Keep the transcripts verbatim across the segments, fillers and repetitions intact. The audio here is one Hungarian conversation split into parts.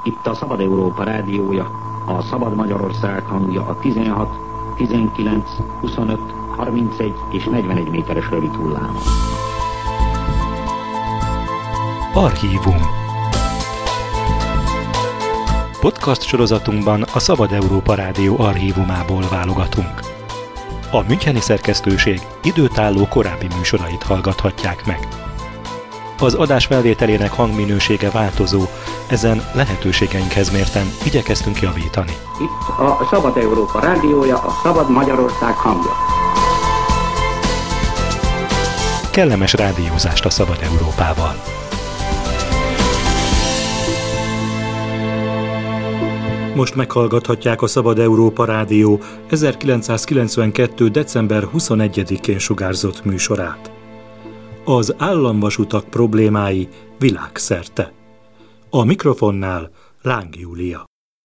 Itt a Szabad Európa rádiója, a Szabad Magyarország hangja a tizenhat, tizenkilenc, huszonöt, harmincegy és negyvenegy méteres rövid hullámon. Archívum. Podcast sorozatunkban a Szabad Európa Rádió archívumából válogatunk. A müncheni szerkesztőség időtálló korábbi műsorait hallgathatják meg. Az adás felvételének hangminősége változó, ezen lehetőségeinkhez mérten igyekeztünk javítani. Itt a Szabad Európa rádiója, a Szabad Magyarország hangja. Kellemes rádiózást a Szabad Európával! Most meghallgathatják a Szabad Európa Rádió ezerkilencszázkilencvenkettő. december huszonegyedikén sugárzott műsorát. Az államvasutak problémái világszerte. A mikrofonnál Láng Júlia.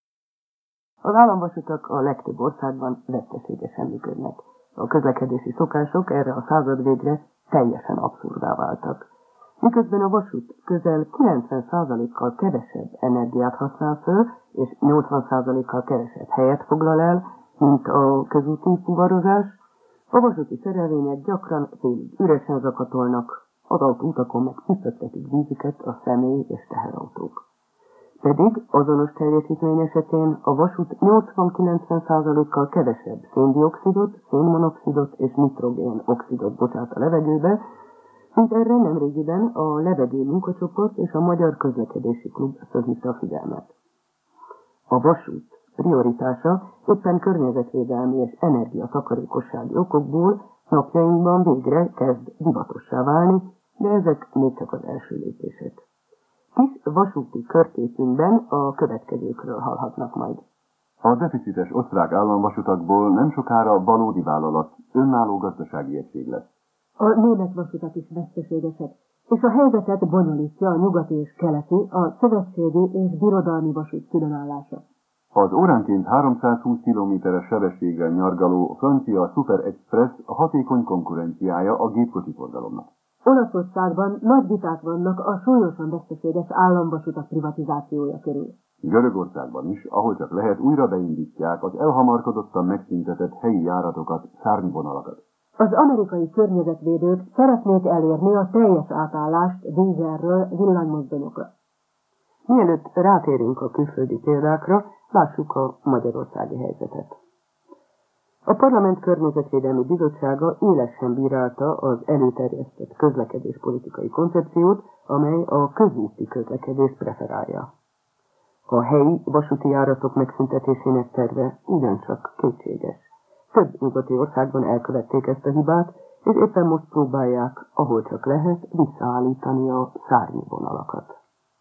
Az államvasutak a legtöbb országban veszteségesen működnek. A közlekedési szokások erre a század végre teljesen abszurdá váltak. Miközben a vasút közel kilencven százalékkal kevesebb energiát használ föl, és nyolcvan százalékkal kevesebb helyet foglal el, mint a közúti fuvarozás, a vasúti szerelvények gyakran félig üresen zakatolnak, az autóutakon meg kiszöktetik vízüket a személy- és teherautók. Pedig azonos teljesítmény esetén a vasút nyolcvan-kilencven százalékkal kevesebb széndioxidot, szénmonoxidot és nitrogén-oxidot bocsát a levegőbe, mint erre nemrégiben a Levegő munkacsoport és a Magyar Közlekedési Klub fölhívta a figyelmet. A vasút prioritása éppen környezetvédelmi és energiatakarékossági okokból napjainkban végre kezd divatossá válni, de ezek még csak az első lépések. Kis vasúti körképünkben a következőkről hallhatnak majd. A deficites osztrák államvasutakból nem sokára valódi vállalat, önálló gazdasági egység lesz. A német vasutak is veszteségesek, és a helyzetet bonyolítja a nyugati és keleti, a szövetségi és birodalmi vasút különállása. Az óránként háromszázhúsz kilométeres sebességgel nyargaló francia Super Express a hatékony konkurenciája a gépkocsi forgalomnak. Olaszországban nagy viták vannak a súlyosan veszteséges államvasutak privatizációja körül. Görögországban is, ahol csak lehet, újra beindítják az elhamarkodottan megszüntetett helyi járatokat, szárnyvonalakat. Az amerikai környezetvédők szeretnék elérni a teljes átállást dízelről villanymozdonyokra. Mielőtt rátérünk a külföldi példákra, lássuk a magyarországi helyzetet. A Parlament Környezetvédelmi Bizottsága élesen bírálta az előterjesztett közlekedéspolitikai koncepciót, amely a közúti közlekedést preferálja. A helyi vasúti járatok megszüntetésének terve ugyancsak kétséges. Több nyugati országban elkövették ezt a hibát, és éppen most próbálják, ahol csak lehet, visszaállítani a szárnyvonalakat.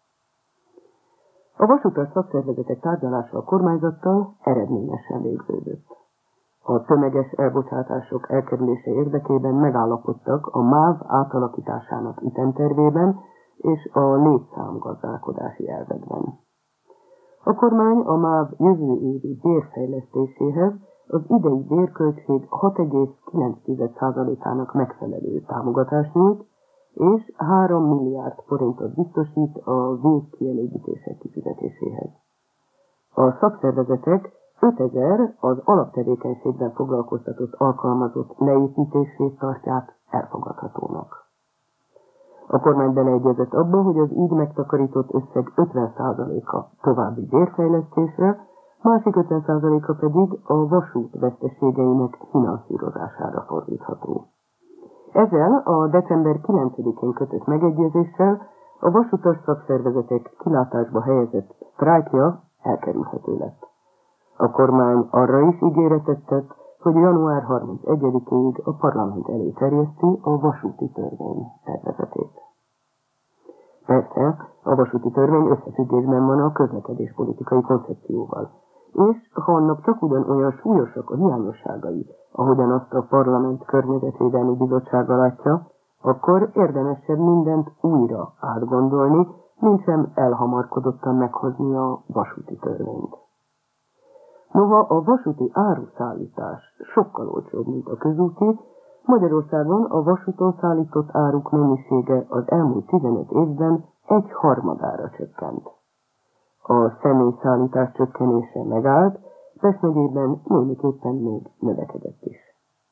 A vasutas szakszervezetek tárgyalása a kormányzattal eredményesen végződött. A tömeges elbocsátások elkerülése érdekében megállapodtak a MÁV átalakításának ütemtervében és a létszámgazdálkodási elvekben. A kormány a MÁV jövő évi bérfejlesztéséhez az idei bérköltség hat egész kilenc százalékának megfelelő támogatást nyújt, és három milliárd forintot biztosít a végkielégítések kifizetéséhez. A szakszervezetek ötezer az alaptevékenységben foglalkoztatott alkalmazott leépítését tartják elfogadhatónak. A kormány beleegyezett abba, hogy az így megtakarított összeg ötven százaléka további bérfejlesztésre, másik ötven százaléka pedig a vasút veszteségeinek finanszírozására fordítható. Ezzel a december kilencedikén kötött megegyezéssel a vasutas szakszervezetek kilátásba helyezett sztrájkja elkerülhető lett. A kormány arra is ígéretet tett, hogy január harmincegyedikéig a parlament elé terjeszti a vasúti törvény tervezetét. Persze, a vasúti törvény összefüggésben van a közlekedéspolitikai koncepcióval, és ha annak csak ugyanolyan súlyosak a hiányosságai, ahogyan azt a Parlament Környezetvédelmi Bizottsága látja, akkor érdemesebb mindent újra átgondolni, mintsem elhamarkodottan meghozni a vasúti törvényt. Noha a vasúti áruszállítás sokkal olcsóbb, mint a közúti, Magyarországon a vasúton szállított áruk mennyisége az elmúlt tizenöt évben egy harmadára csökkent. A személyszállítás csökkenése megállt, Pest megyében némiképpen még növekedett is.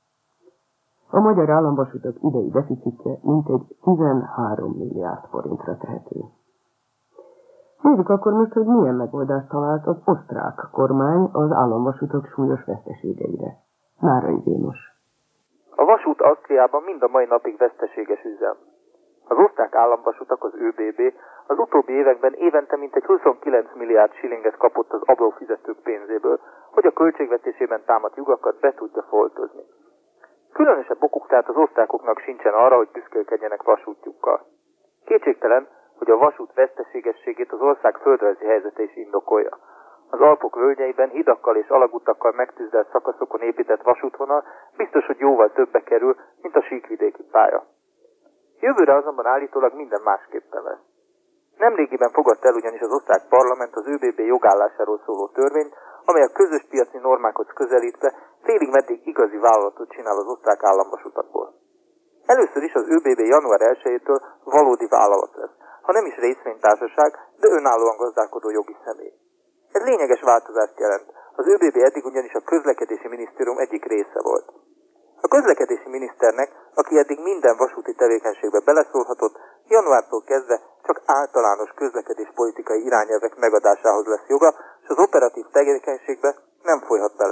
A magyar államvasutak idei deficitje mintegy tizenhárom milliárd forintra tehető. Nézzük akkor most, hogy milyen megoldást talált az osztrák kormány az államvasutak súlyos veszteségeire. Nárai Vénusz. A vasút Ausztriában mind a mai napig veszteséges üzem. Az osztrák államvasutak, az ÖBB az utóbbi években évente mintegy huszonkilenc milliárd shillinget kapott az adófizetők pénzéből, hogy a költségvetésében támadt lyukakat be tudja foltozni. Különösebb okuk tehát az osztrákoknak sincsen arra, hogy büszkélkedjenek vasútjukkal. Kétségtelen, hogy a vasút veszteségességét az ország földrajzi helyzete is indokolja. Az Alpok völgyeiben hidakkal és alagutakkal megtűzdelt szakaszokon épített vasútvonal biztos, hogy jóval többe kerül, mint a síkvidéki pálya. Jövőre azonban állítólag minden másképpen lesz. Nemrégiben fogadta el ugyanis az osztrák parlament az ÖBB jogállásáról szóló törvényt, amely a közös piaci normákhoz közelítve félig meddig igazi vállalatot csinál az osztrák államvasutakból. Először is az ÖBB január elsejétől valódi vállalat lesz, ha nem is részvénytársaság, de önállóan gazdálkodó jogi személy. Ez lényeges változást jelent. Az ÖBB eddig ugyanis a közlekedési minisztérium egyik része volt. A közlekedési miniszternek, aki eddig minden vasúti tevékenységbe beleszólhatott, januártól kezdve csak általános közlekedéspolitikai irányelvek megadásához lesz joga, és az operatív tevékenységbe nem folyhat bele.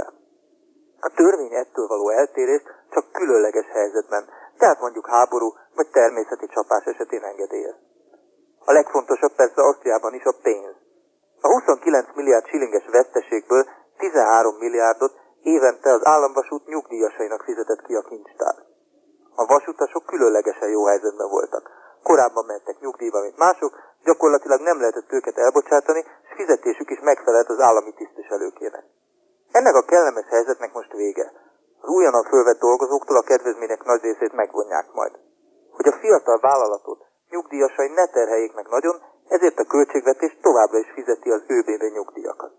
A törvény ettől való eltérés csak különleges helyzetben, tehát mondjuk háború vagy természeti csapás esetén engedélyez. A legfontosabb persze Ausztriában is a pénz. A huszonkilenc milliárd shillinges veszteségből tizenhárom milliárdot évente az államvasút nyugdíjasainak fizetett ki a kincstár. A vasutasok különlegesen jó helyzetben voltak. Korábban mentek nyugdíjba, mint mások, gyakorlatilag nem lehetett őket elbocsátani, és fizetésük is megfelelt az állami tisztviselőkének. Ennek a kellemes helyzetnek most vége. Az újonnan fölvett dolgozóktól a kedvezmények nagy részét megvonják majd. Hogy a fiatal vállalatot nyugdíjasai ne terheljék meg nagyon, ezért a költségvetés továbbra is fizeti az ÖBB nyugdíjakat.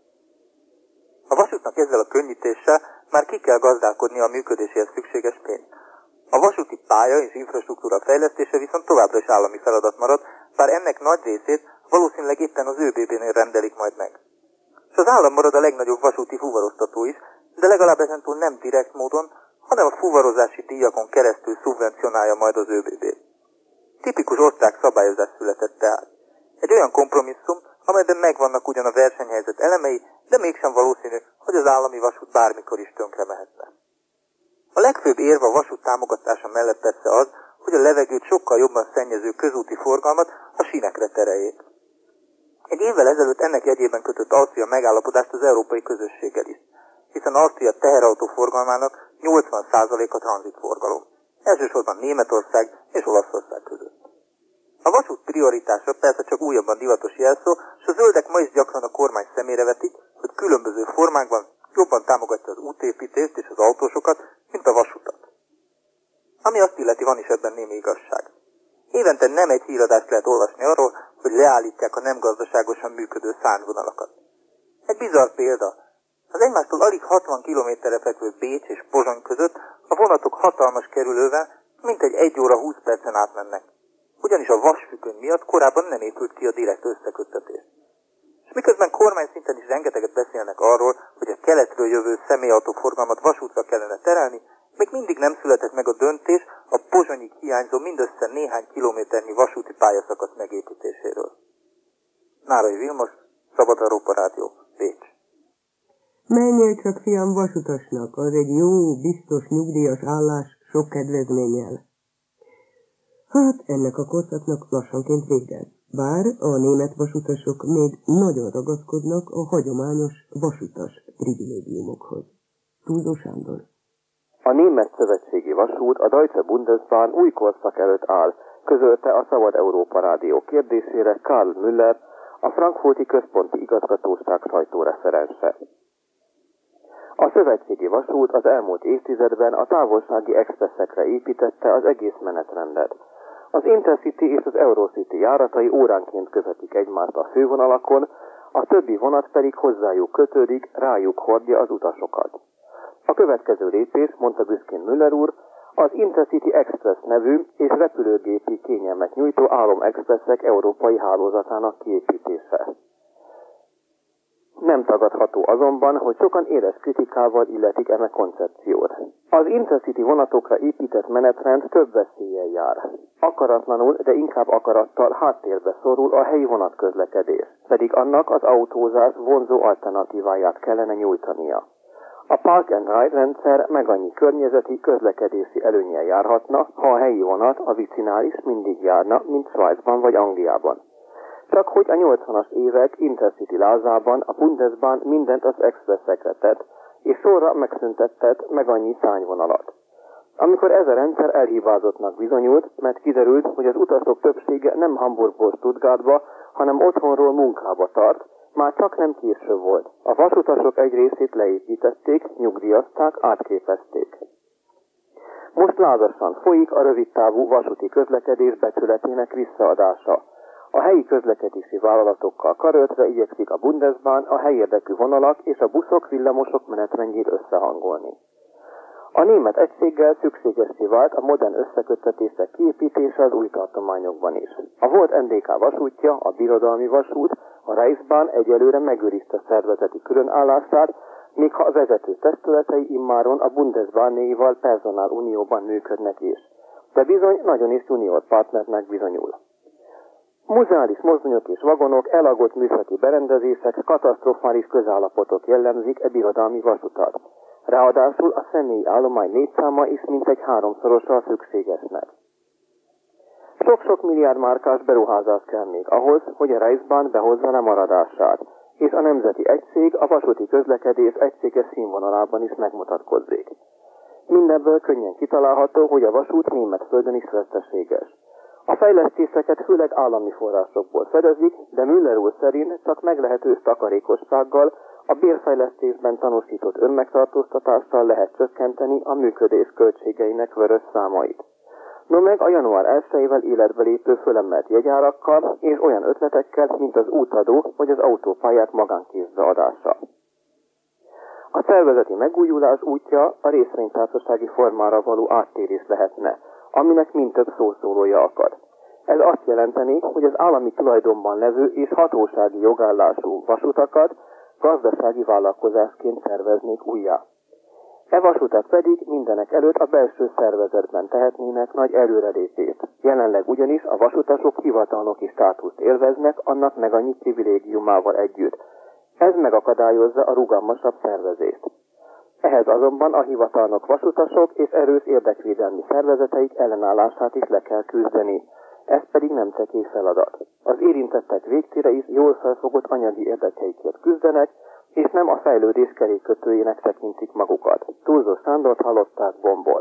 A vasútnak ezzel a könnyítéssel már ki kell gazdálkodni a működéséhez szükséges pénzt. A vasúti pálya és infrastruktúra fejlesztése viszont továbbra is állami feladat marad, bár ennek nagy részét valószínűleg éppen az ÖBB-nél rendelik majd meg. És az állam marad a legnagyobb vasúti fuvaroztató is, de legalább ezentúl nem direkt módon, hanem a fuvarozási díjakon keresztül szubvencionálja majd az ÖBB-t. Tipikus osztrák szabályozás született tehát. Egy olyan kompromisszum, amelyben megvannak ugyan a versenyhelyzet elemei, de mégsem valószínű, hogy az állami vasút bármikor is tönkre mehetne. A legfőbb érv a vasút támogatása mellett persze az, hogy a levegőt sokkal jobban szennyező közúti forgalmat a sínekre tereljék. Egy évvel ezelőtt ennek jegyében kötött Ausztria megállapodást az európai közösséggel is, hiszen Ausztria teherautó forgalmának nyolcvan százaléka tranzitforgalom, elsősorban Németország és Olaszország között. A vasút prioritása persze csak újabban divatos jelszó, és a zöldek ma is gyakran a kormány szemére vetik, hogy különböző formákban jobban támogatja az útépítést és az autósokat, mint a vasutat. Ami azt illeti, van is ebben némi igazság. Évente nem egy híradást lehet olvasni arról, hogy leállítják a nem gazdaságosan működő szárnyvonalakat. Egy bizarr példa. Az egymástól alig hatvan kilométerre fekvő Bécs és Pozsony között a vonatok hatalmas kerülővel mintegy egy óra húsz percen átmennek. Ugyanis a vasfüggöny miatt korábban nem épült ki a direkt összeköttetés. És miközben kormány szinten is rengeteget beszélnek arról, hogy a keletről jövő személyautóforgalmat vasútra kellene terelni, még mindig nem született meg a döntés a Pozsonyig hiányzó mindössze néhány kilométernyi vasúti pályaszakasz megépítéséről. Nárai Vilmos, Szabad Európa Rádió, Bécs. Menjél csak, fiam, vasutasnak, az egy jó, biztos nyugdíjas állás sok kedvezménnyel. Hát ennek a korszaknak lassanként vége, bár a német vasutasok még nagyon ragaszkodnak a hagyományos vasutas privilégiumokhoz. Túldó Sándor. A német szövetségi vasút, a Deutsche Bundesbahn új korszak előtt áll, közölte a Szabad Európa Rádió kérdésére Karl Müller, a frankfurti központi igazgatóság sajtóreferense. A szövetségi vasút az elmúlt évtizedben a távolsági expresszekre építette az egész menetrendet. Az Intercity és az Eurocity járatai óránként követik egymást a fővonalakon, a többi vonat pedig hozzájuk kötődik, rájuk hordja az utasokat. A következő lépés, mondta büszkén Müller úr, az Intercity Express nevű és repülőgépi kényelmet nyújtó álomexpresszek európai hálózatának kiépítése. Nem tagadható azonban, hogy sokan éles kritikával illetik eme koncepciót. Az Intercity vonatokra épített menetrend több veszéllyel jár. Akaratlanul, de inkább akarattal háttérbe szorul a helyi vonatközlekedés, pedig annak az autózás vonzó alternatíváját kellene nyújtania. A Park and Ride rendszer meg annyi környezeti, közlekedési előnnyel járhatna, ha a helyi vonat, a vicinál is mindig járna, mint Svájcban vagy Angliában. Csak hogy a nyolcvanas évek Intercity lázában a Bundesbahn mindent az expressekre tett, és sorra megszüntetett meg annyi szárnyvonalat. Amikor ez a rendszer elhibázottnak bizonyult, mert kiderült, hogy az utasok többsége nem Hamburgból Stuttgartba, hanem otthonról munkába tart, már csak nem késő volt. A vasutasok egy részét leépítették, nyugdíjazták, átképezték. Most lázasan folyik a rövidtávú vasúti közlekedés becsületének visszaadása. A helyi közlekedési vállalatokkal karöltve igyekszik a Bundesbahn a helyérdekű vonalak és a buszok, villamosok menetrendjét összehangolni. A német egységgel szükségessé vált a modern összeköttetések kiépítése az új tartományokban is. A volt en dé ká vasútja, a birodalmi vasút, a Reichsbahn egyelőre megőrizte szervezeti különállását, míg ha a vezető testületei immáron a Bundesbahnéval personálunióban működnek is. De bizony nagyon is junior partnernek bizonyul. Muzeális mozdonyok és vagonok, elagott műszaki berendezések, katasztrofális közállapotok jellemzik e birodalmi vasutat. Ráadásul a személyi állomány létszáma is mintegy háromszorosa szükségesnek. Sok-sok milliárd márkás beruházás kell még ahhoz, hogy a Reichsbahn behozza lemaradását, és a nemzeti egység a vasúti közlekedés egységes színvonalában is megmutatkozzék. Mindebből könnyen kitalálható, hogy a vasút német földön is veszteséges. A fejlesztéseket főleg állami forrásokból fedezik, de Müller úr szerint csak meglehetős takarékossággal, a bérfejlesztésben tanúsított önmegtartóztatással lehet csökkenteni a működés költségeinek vörös számait. No meg a január elsejével életbe lépő fölemelt jegyárakkal és olyan ötletekkel, mint az útadó vagy az autópályák magánkézbe adása. A szervezeti megújulás útja a részvénytársasági formára való áttérés lehetne, aminek mind több szószólója akad. Ez azt jelenteni, hogy az állami tulajdonban levő és hatósági jogállású vasutakat gazdasági vállalkozásként szerveznék újjá. E vasutak pedig mindenek előtt a belső szervezetben tehetnének nagy előrelépést. Jelenleg ugyanis a vasutasok hivatalnoki státuszt élveznek, annak meg annyi privilégiumával együtt. Ez megakadályozza a rugalmasabb szervezést. Ehhez azonban a hivatalnok vasutasok és erős érdekvédelmi szervezeteik ellenállását is le kell küzdeni. Ez pedig nem csekély feladat. Az érintettek végtére is jól felfogott anyagi érdekeikért küzdenek, és nem a fejlődés kerékkötőjének tekintik magukat. Túlzó Sándort hallották Bombol.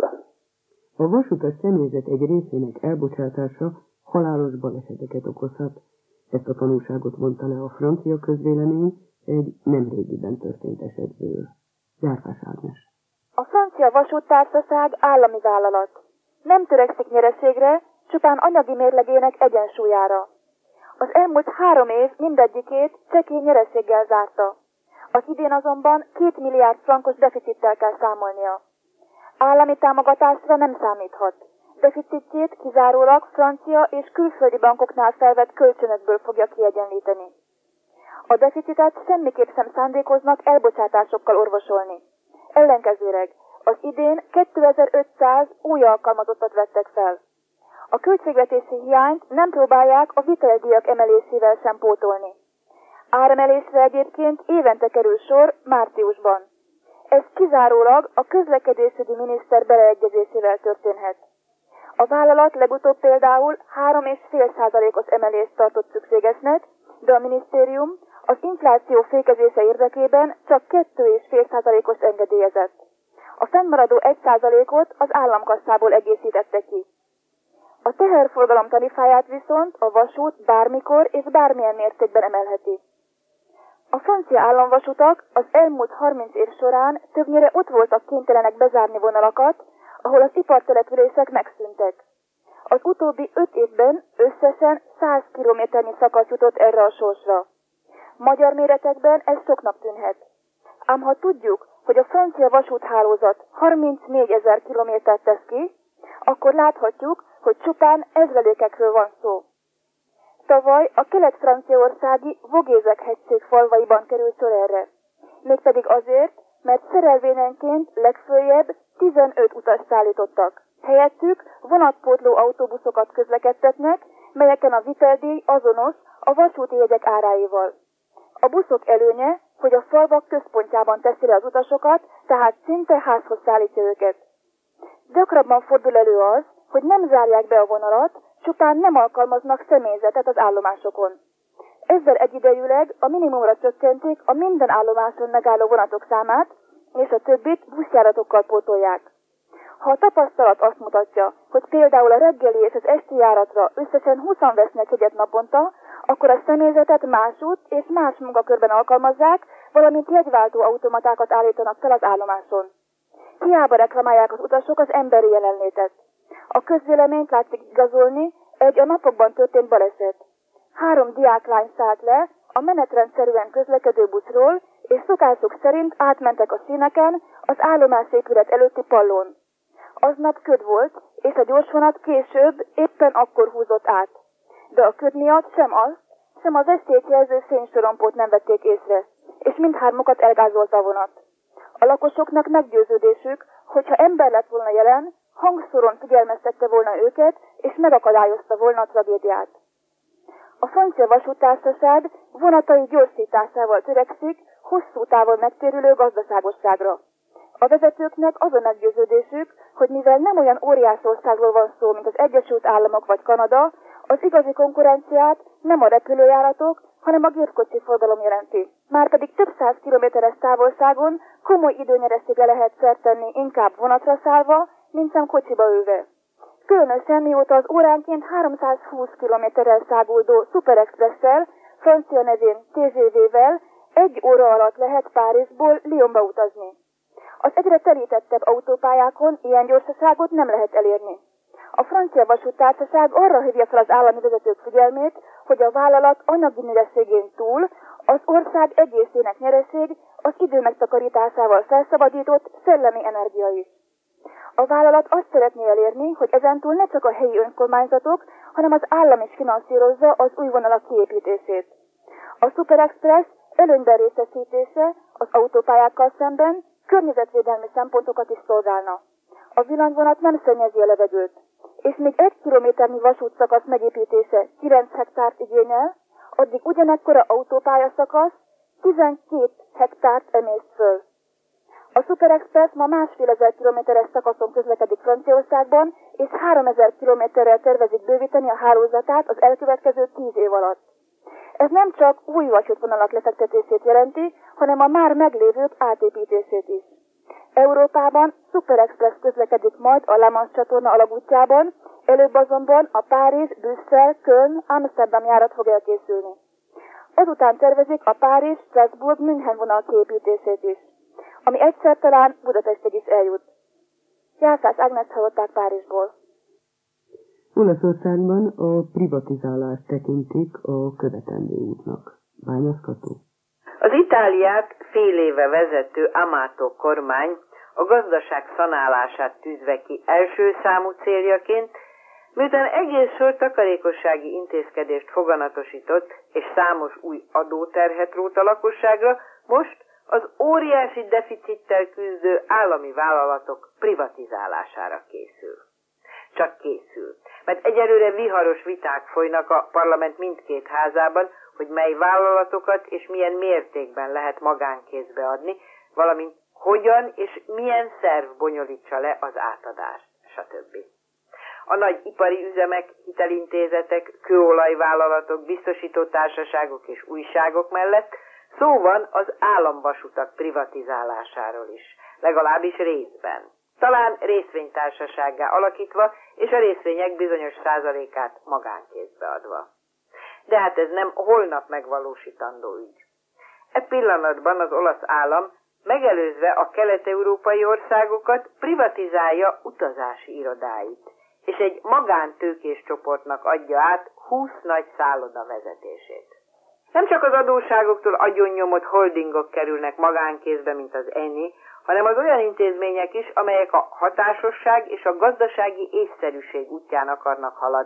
A vasutas személyzet egy részének elbocsátása halálos baleseteket okozhat. Ezt a tanúságot mondta le a francia közvélemény egy nemrégiben történt esetből. Járfás Ágnes. A francia vasúttársaság állami vállalat. Nem törekszik nyereségre, csupán anyagi mérlegének egyensúlyára. Az elmúlt három év mindegyikét csekély nyereséggel zárta. Az idén azonban két milliárd frankos deficittel kell számolnia. Állami támogatásra nem számíthat. Deficitjét kizárólag francia és külföldi bankoknál felvett kölcsönökből fogja kiegyenlíteni. A deficitet semmiképp sem szándékoznak elbocsátásokkal orvosolni. Ellenkezőleg az idén kétezer-ötszáz új alkalmazottat vettek fel. A költségvetési hiányt nem próbálják a viteldíjak emelésével sem pótolni. Áremelésre egyébként évente kerül sor márciusban. Ez kizárólag a közlekedésügyi miniszter beleegyezésével történhet. A vállalat legutóbb például három egész öt százalékos emelést tartott szükségesnek, de a minisztérium az infláció fékezése érdekében csak két egész öt százalékos engedélyezett. A fennmaradó egy százalékot az államkasszából egészítette ki. A teherforgalom tarifáját viszont a vasút bármikor és bármilyen mértékben emelheti. A francia államvasutak az elmúlt harminc év során többnyire ott voltak kénytelenek bezárni vonalakat, ahol az ipartelepülések megszűntek. Az utóbbi öt évben összesen száz kilométernyi szakasz jutott erre a sorsra. Magyar méretekben ez soknak tűnhet. Ám ha tudjuk, hogy a francia vasúthálózat harmincnégyezer kilométert tesz ki, akkor láthatjuk, hogy csupán ezrelékekről van szó. Tavaly a kelet-franciaországi Vogézek-hegység falvaiban került sor erre. Mégpedig azért, mert szerelvényenként legföljebb tizenöt utas szállítottak. Helyettük vonatpótló autóbuszokat közlekedtetnek, melyeken a viteldíj azonos a vasúti jegyek áráival. A buszok előnye, hogy a falvak központjában teszi le az utasokat, tehát szinte házhoz szállítja őket. Gyakrabban fordul elő az, hogy nem zárják be a vonalat, csupán nem alkalmaznak személyzetet az állomásokon. Ezzel egyidejűleg a minimumra csökkentik a minden állomáson megálló vonatok számát, és a többit buszjáratokkal pótolják. Ha a tapasztalat azt mutatja, hogy például a reggeli és az esti járatra összesen húszan vesznek jegyet naponta, akkor a személyzetet másút és más munkakörben alkalmazzák, valamint jegyváltó automatákat állítanak fel az állomáson. Hiába reklamálják az utasok az emberi jelenlétet. A közvéleményt látszik igazolni egy a napokban történt baleset. Három diáklány szállt le a menetrendszerűen közlekedő buszról, és szokásuk szerint átmentek a színeken az állomásépület előtti pallón. Aznap köd volt, és a gyorsvonat később éppen akkor húzott át. De a köd miatt sem azt, sem az estét jelző fénysorompót nem vették észre, és mindhármukat elgázolta a vonat. A lakosoknak meggyőződésük, hogyha ember lett volna jelen, hangszoron figyelmeztette volna őket, és megakadályozta volna a tragédiát. A francia vasúttársaság vonatai gyorsításával törekszik hosszú távon megtérülő gazdaságosságra. A vezetőknek az a meggyőződésük, hogy mivel nem olyan óriás országról van szó, mint az Egyesült Államok vagy Kanada, az igazi konkurenciát nem a repülőjáratok, hanem a gépkocsi forgalom jelenti. Márpedig több száz kilométeres távolságon komoly időnyereségre lehet szert tenni inkább vonatra szállva, mint sem kocsiba ülve. Különösen mióta az óránként háromszázhúsz kilométerrel száguldó Super Express-sel, francia nevén té gé vé-vel egy óra alatt lehet Párizsból Lyonba utazni. Az egyre telítettebb autópályákon ilyen gyorsaságot nem lehet elérni. A francia vasúttársaság arra hívja fel az állami vezetők figyelmét, hogy a vállalat anyagi nyereségén túl az ország egészének nyereség az idő megtakarításával felszabadított szellemi energia is. A vállalat azt szeretné elérni, hogy ezentúl ne csak a helyi önkormányzatok, hanem az állam is finanszírozza az új vonalak kiépítését. A Super Express előnyben részesítése az autópályákkal szemben környezetvédelmi szempontokat is szolgálna. A villanyvonat nem szennyezi a levegőt, és még egy kilométernyi vasútszakasz megépítése kilenc hektárt igényel, addig ugyanekkora autópályaszakasz tizenkét hektárt emészt föl. A Super Express ma másfél ezer kilométeres szakaszon közlekedik Franciaországban, és háromezer kilométerrel tervezik bővíteni a hálózatát az elkövetkező tíz év alatt. Ez nem csak új vasútvonalak lefektetését jelenti, hanem a már meglévők átépítését is. Európában Super Express közlekedik majd a La Manche csatorna alagútjában, előbb azonban a Párizs, Brüsszel, Köln, Amsterdam járat fog elkészülni. Azután tervezik a Párizs, Strasbourg, München vonal kiépítését is, ami egyszer talán Budapestig is eljut. Jászás Ágnes hallották Párizsból. Olaszországban a privatizálást tekintik a követendő útnak. Bányaszkató. Az Itáliát fél éve vezető Amato kormány a gazdaság szanálását tűzve ki első számú céljaként, miután egész sor takarékossági intézkedést foganatosított és számos új adóterhet rót a lakosságra, most az óriási deficittel küzdő állami vállalatok privatizálására készül. Csak készül, mert egyelőre viharos viták folynak a parlament mindkét házában, hogy mely vállalatokat és milyen mértékben lehet magánkézbe adni, valamint hogyan és milyen szerv bonyolítsa le az átadást, stb. A nagy ipari üzemek, hitelintézetek, kőolajvállalatok, biztosítótársaságok és újságok mellett szó van az államvasutak privatizálásáról is, legalábbis részben. Talán részvénytársasággá alakítva, és a részvények bizonyos százalékát magánkézbe adva. De hát ez nem holnap megvalósítandó ügy. E pillanatban az olasz állam, megelőzve a kelet-európai országokat, privatizálja utazási irodáit, és egy magántőkés csoportnak adja át húsz nagy szálloda vezetését. Nem csak az adósságoktól agyonnyomott holdingok kerülnek magánkézbe, mint az Eni, hanem az olyan intézmények is, amelyek a hatásosság és a gazdasági észszerűség útján akarnak haladni,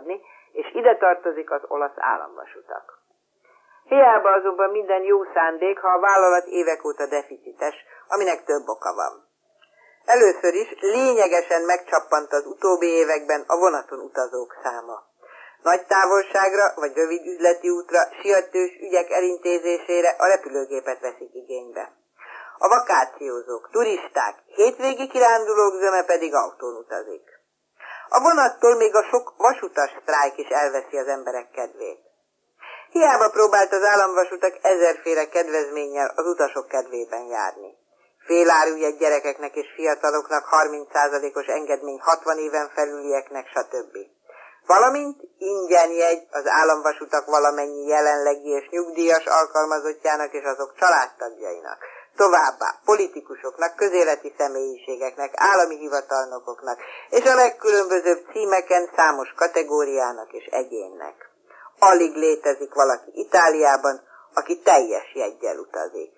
és ide tartozik az olasz államvasutak. Hiába azonban minden jó szándék, ha a vállalat évek óta deficites, aminek több oka van. Először is lényegesen megcsappant az utóbbi években a vonaton utazók száma. Nagy távolságra vagy rövid üzleti útra, sietős ügyek elintézésére a repülőgépet veszik igénybe. A vakációzók, turisták, hétvégi kirándulók zöme pedig autón utazik. A vonattól még a sok vasutas sztrájk is elveszi az emberek kedvét. Hiába próbált az államvasutak ezerféle kedvezménnyel az utasok kedvében járni. Félárujegyek gyerekeknek és fiataloknak harminc százalékos engedmény hatvan éven felülieknek, stb. Valamint ingyen jegy az államvasutak valamennyi jelenlegi és nyugdíjas alkalmazottjának és azok családtagjainak. Továbbá politikusoknak, közéleti személyiségeknek, állami hivatalnokoknak és a legkülönbözőbb címeken számos kategóriának és egyénnek. Alig létezik valaki Itáliában, aki teljes jeggyel utazik.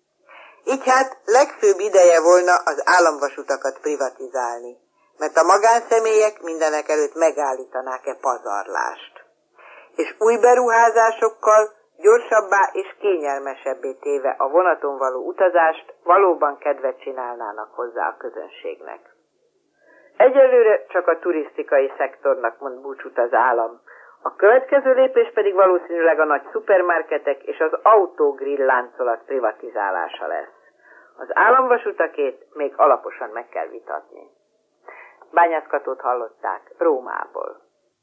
Így hát legfőbb ideje volna az államvasutakat privatizálni, mert a magánszemélyek mindenek előtt megállítanák-e pazarlást. És új beruházásokkal gyorsabbá és kényelmesebbé téve a vonaton való utazást valóban kedvet csinálnának hozzá a közönségnek. Egyelőre csak a turisztikai szektornak mond búcsút az állam. A következő lépés pedig valószínűleg a nagy szupermarketek és az autógrill láncolat privatizálása lesz. Az államvasutakét még alaposan meg kell vitatni. Bányászkatót hallották Rómából.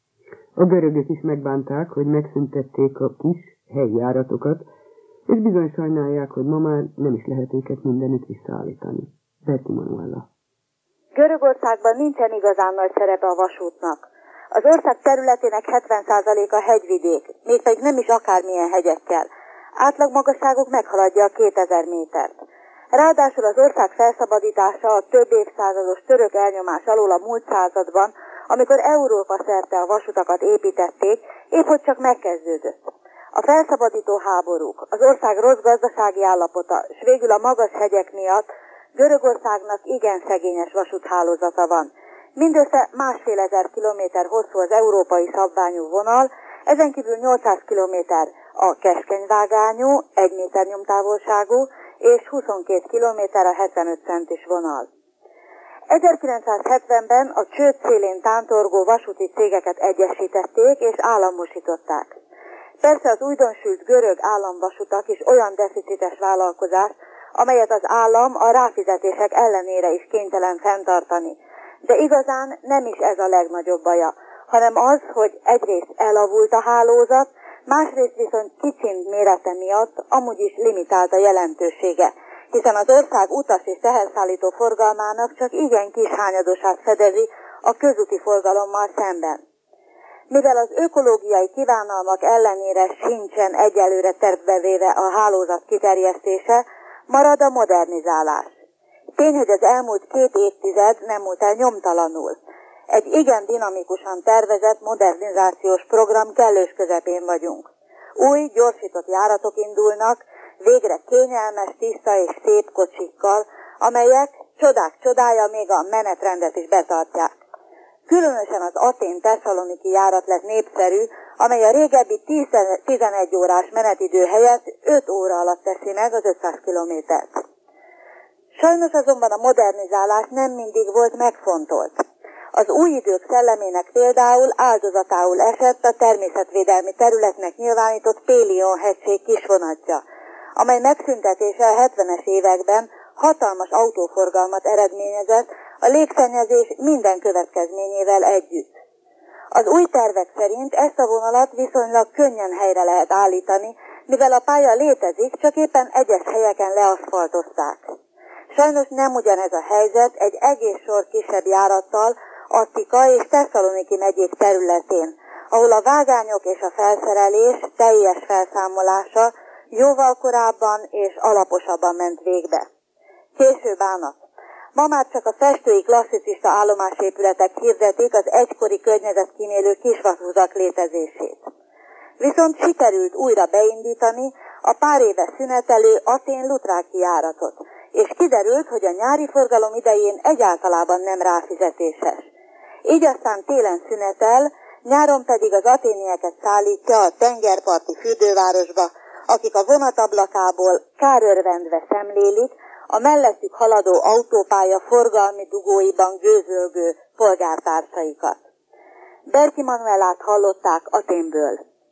A görögök is megbánták, hogy megszüntették a kis helyi járatokat, és bizony sajnálják, hogy ma már nem is lehet őket mindenütt visszaállítani. Berti Manuela. Görögországban nincsen igazán nagy szerepe a vasútnak. Az ország területének hetven százaléka hegyvidék, mégpedig nem is akármilyen hegyekkel. Átlagmagasságuk meghaladja a kétezer métert. Ráadásul az ország felszabadítása a több évszázados török elnyomás alól a múlt században, amikor Európa szerte a vasutakat építették, épp hogy csak megkezdődött. A felszabadító háborúk, az ország rossz gazdasági állapota, s végül a magas hegyek miatt Görögországnak igen szegényes vasúthálózata van. Mindössze másfél ezer kilométer hosszú az európai szabványú vonal, ezen kívül nyolcszáz kilométer a keskeny vágányú, egy méter nyomtávolságú, és huszonkét kilométer a hetvenöt centis vonal. ezerkilencszázhetvenben a csőd szélén tántorgó vasúti cégeket egyesítették és államosították. Persze az újdonsült görög államvasutak is olyan deficites vállalkozás, amelyet az állam a ráfizetések ellenére is kénytelen fenntartani. De igazán nem is ez a legnagyobb baja, hanem az, hogy egyrészt elavult a hálózat, másrészt viszont kicsint mérete miatt amúgy is limitált a jelentősége, hiszen az ország utas és teherszállító forgalmának csak igen kis hányadosát fedezi a közúti forgalommal szemben. Mivel az ökológiai kívánalmak ellenére sincsen egyelőre tervbe véve a hálózat kiterjesztése, marad a modernizálás. Tény, hogy az elmúlt két évtized nem múlt el nyomtalanul. Egy igen dinamikusan tervezett modernizációs program kellős közepén vagyunk. Új, gyorsított járatok indulnak, végre kényelmes, tiszta és szép kocsikkal, amelyek csodák csodája még a menetrendet is betartják. Különösen az Athén-Tesszaloniki járat lett népszerű, amely a régebbi tizenegy órás menetidő helyett öt óra alatt teszi meg az ötszáz kilométert. Sajnos azonban a modernizálás nem mindig volt megfontolt. Az új idők szellemének például áldozatául esett a természetvédelmi területnek nyilvánított Pélion-hegység kisvonatja, amely megszüntetése a hetvenes években hatalmas autóforgalmat eredményezett a légszennyezés minden következményével együtt. Az új tervek szerint ezt a vonalat viszonylag könnyen helyre lehet állítani, mivel a pálya létezik, csak éppen egyes helyeken leaszfaltozták. Sajnos nem ugyanez a helyzet egy egész sor kisebb járattal Attika és Tesszaloniki megyék területén, ahol a vágányok és a felszerelés teljes felszámolása jóval korábban és alaposabban ment végbe. Késő bánat. Ma már csak a festői klasszicista állomásépületek hirdetik az egykori környezetkímélő kisvasutak létezését. Viszont sikerült újra beindítani a pár éve szünetelő Athén-Lutráki járatot, és kiderült, hogy a nyári forgalom idején egyáltalában nem ráfizetéses. Így aztán télen szünetel, Nyáron pedig az aténieket szállítja a tengerparti fürdővárosba, akik a vonatablakából kárörvendve szemlélik a mellettük haladó autópálya forgalmi dugóiban gőzölgő polgártársaikat. Berki Manuelát hallották Athénből.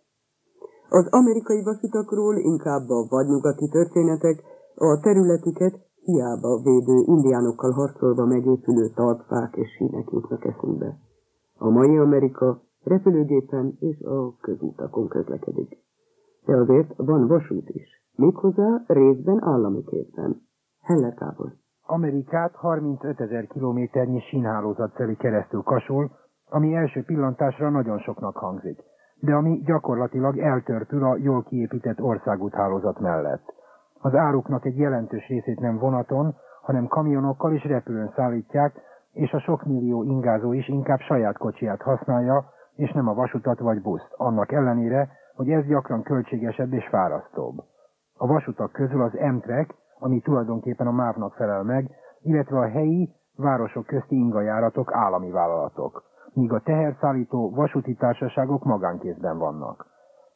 Az amerikai vasutakról inkább a vadnyugati történetek, a területüket hiába védő indiánokkal harcolva megépülő talpfák és sínek jutnak eszünkbe. A mai Amerika repülőgépen és a közútakon közlekedik. De azért van vasút is, méghozzá részben állami kézben. Heller Gábor. Amerikát harmincötezer kilométernyi sínhálózat szeli keresztül Kasul, ami első pillantásra nagyon soknak hangzik, de ami gyakorlatilag eltörpül a jól kiépített országúthálózat mellett. Az áruknak egy jelentős részét nem vonaton, hanem kamionokkal és repülőn szállítják, és a sok millió ingázó is inkább saját kocsiját használja, és nem a vasutat vagy buszt, annak ellenére, hogy ez gyakran költségesebb és fárasztóbb. A vasutak közül az Amtrak, ami tulajdonképpen a mávnak felel meg, illetve a helyi, városok közti ingajáratok állami vállalatok, míg a teherszállító vasúti társaságok magánkézben vannak.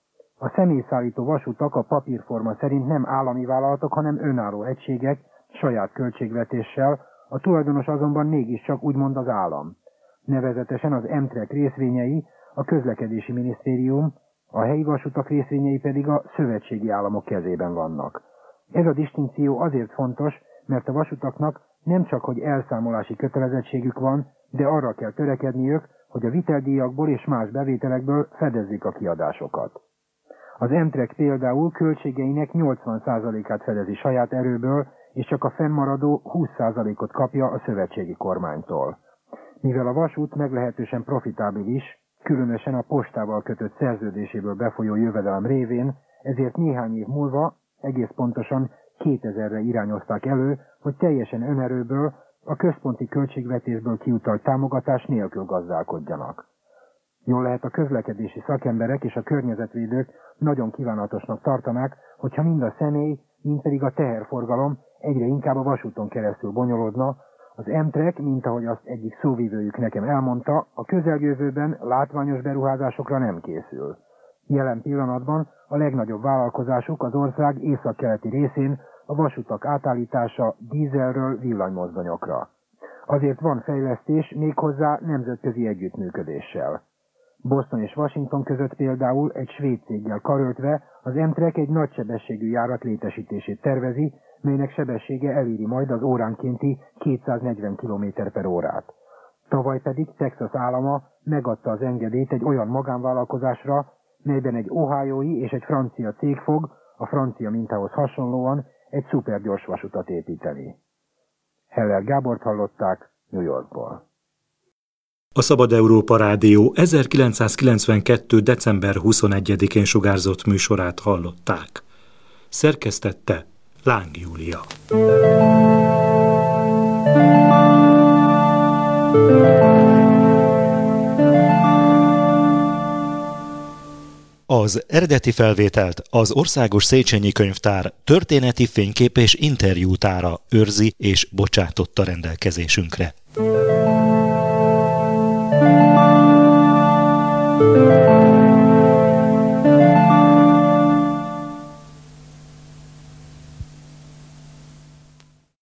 A személyszállító vasutak a papírforma szerint nem állami vállalatok, hanem önálló egységek, saját költségvetéssel, a tulajdonos azonban mégiscsak úgymond az állam. Nevezetesen az Amtrak részvényei a közlekedési minisztérium, a helyi vasutak részvényei pedig a szövetségi államok kezében vannak. Ez a distinkció azért fontos, mert a vasutaknak nem csak hogy elszámolási kötelezettségük van, de arra kell törekedniük, hogy a viteldíjakból és más bevételekből fedezzék a kiadásokat. Az Amtrak például költségeinek nyolcvan százalékát fedezi saját erőből, és csak a fennmaradó húsz százalékot kapja a szövetségi kormánytól. Mivel a vasút meglehetősen profitábilis, különösen a postával kötött szerződéséből befolyó jövedelem révén, ezért néhány év múlva, egész pontosan kétezerre irányozták elő, hogy teljesen önerőből, a központi költségvetésből kiutalt támogatás nélkül gazdálkodjanak. Jól lehet, a közlekedési szakemberek és a környezetvédők nagyon kívánatosnak tartanák, hogyha mind a személy, mind pedig a teherforgalom egyre inkább a vasúton keresztül bonyolódna. Az Amtrak, mint ahogy azt egyik szóvivőjük nekem elmondta, a közeljövőben látványos beruházásokra nem készül. Jelen pillanatban a legnagyobb vállalkozásuk az ország északkeleti részén a vasutak átállítása dízelről villanymozdonyokra. Azért van fejlesztés méghozzá nemzetközi együttműködéssel. Boston és Washington között például egy svéd céggel karöltve az Amtrak egy nagysebességű járat létesítését tervezi, melynek sebessége eléri majd az óránkénti kétszáznegyven kilométer per órát. Tavaly pedig Texas állama megadta az engedélyt egy olyan magánvállalkozásra, melyben egy ohiói és egy francia cég fog, a francia mintához hasonlóan, egy szupergyors vasutat építeni. Heller Gábort hallották New Yorkból. A Szabad Európa Rádió ezerkilencszázkilencvenkettő. december huszonegyedikén sugárzott műsorát hallották. Szerkesztette Láng Júlia. Az eredeti felvételt az Országos Széchenyi Könyvtár történeti fénykép és interjútára őrzi és bocsátotta rendelkezésünkre.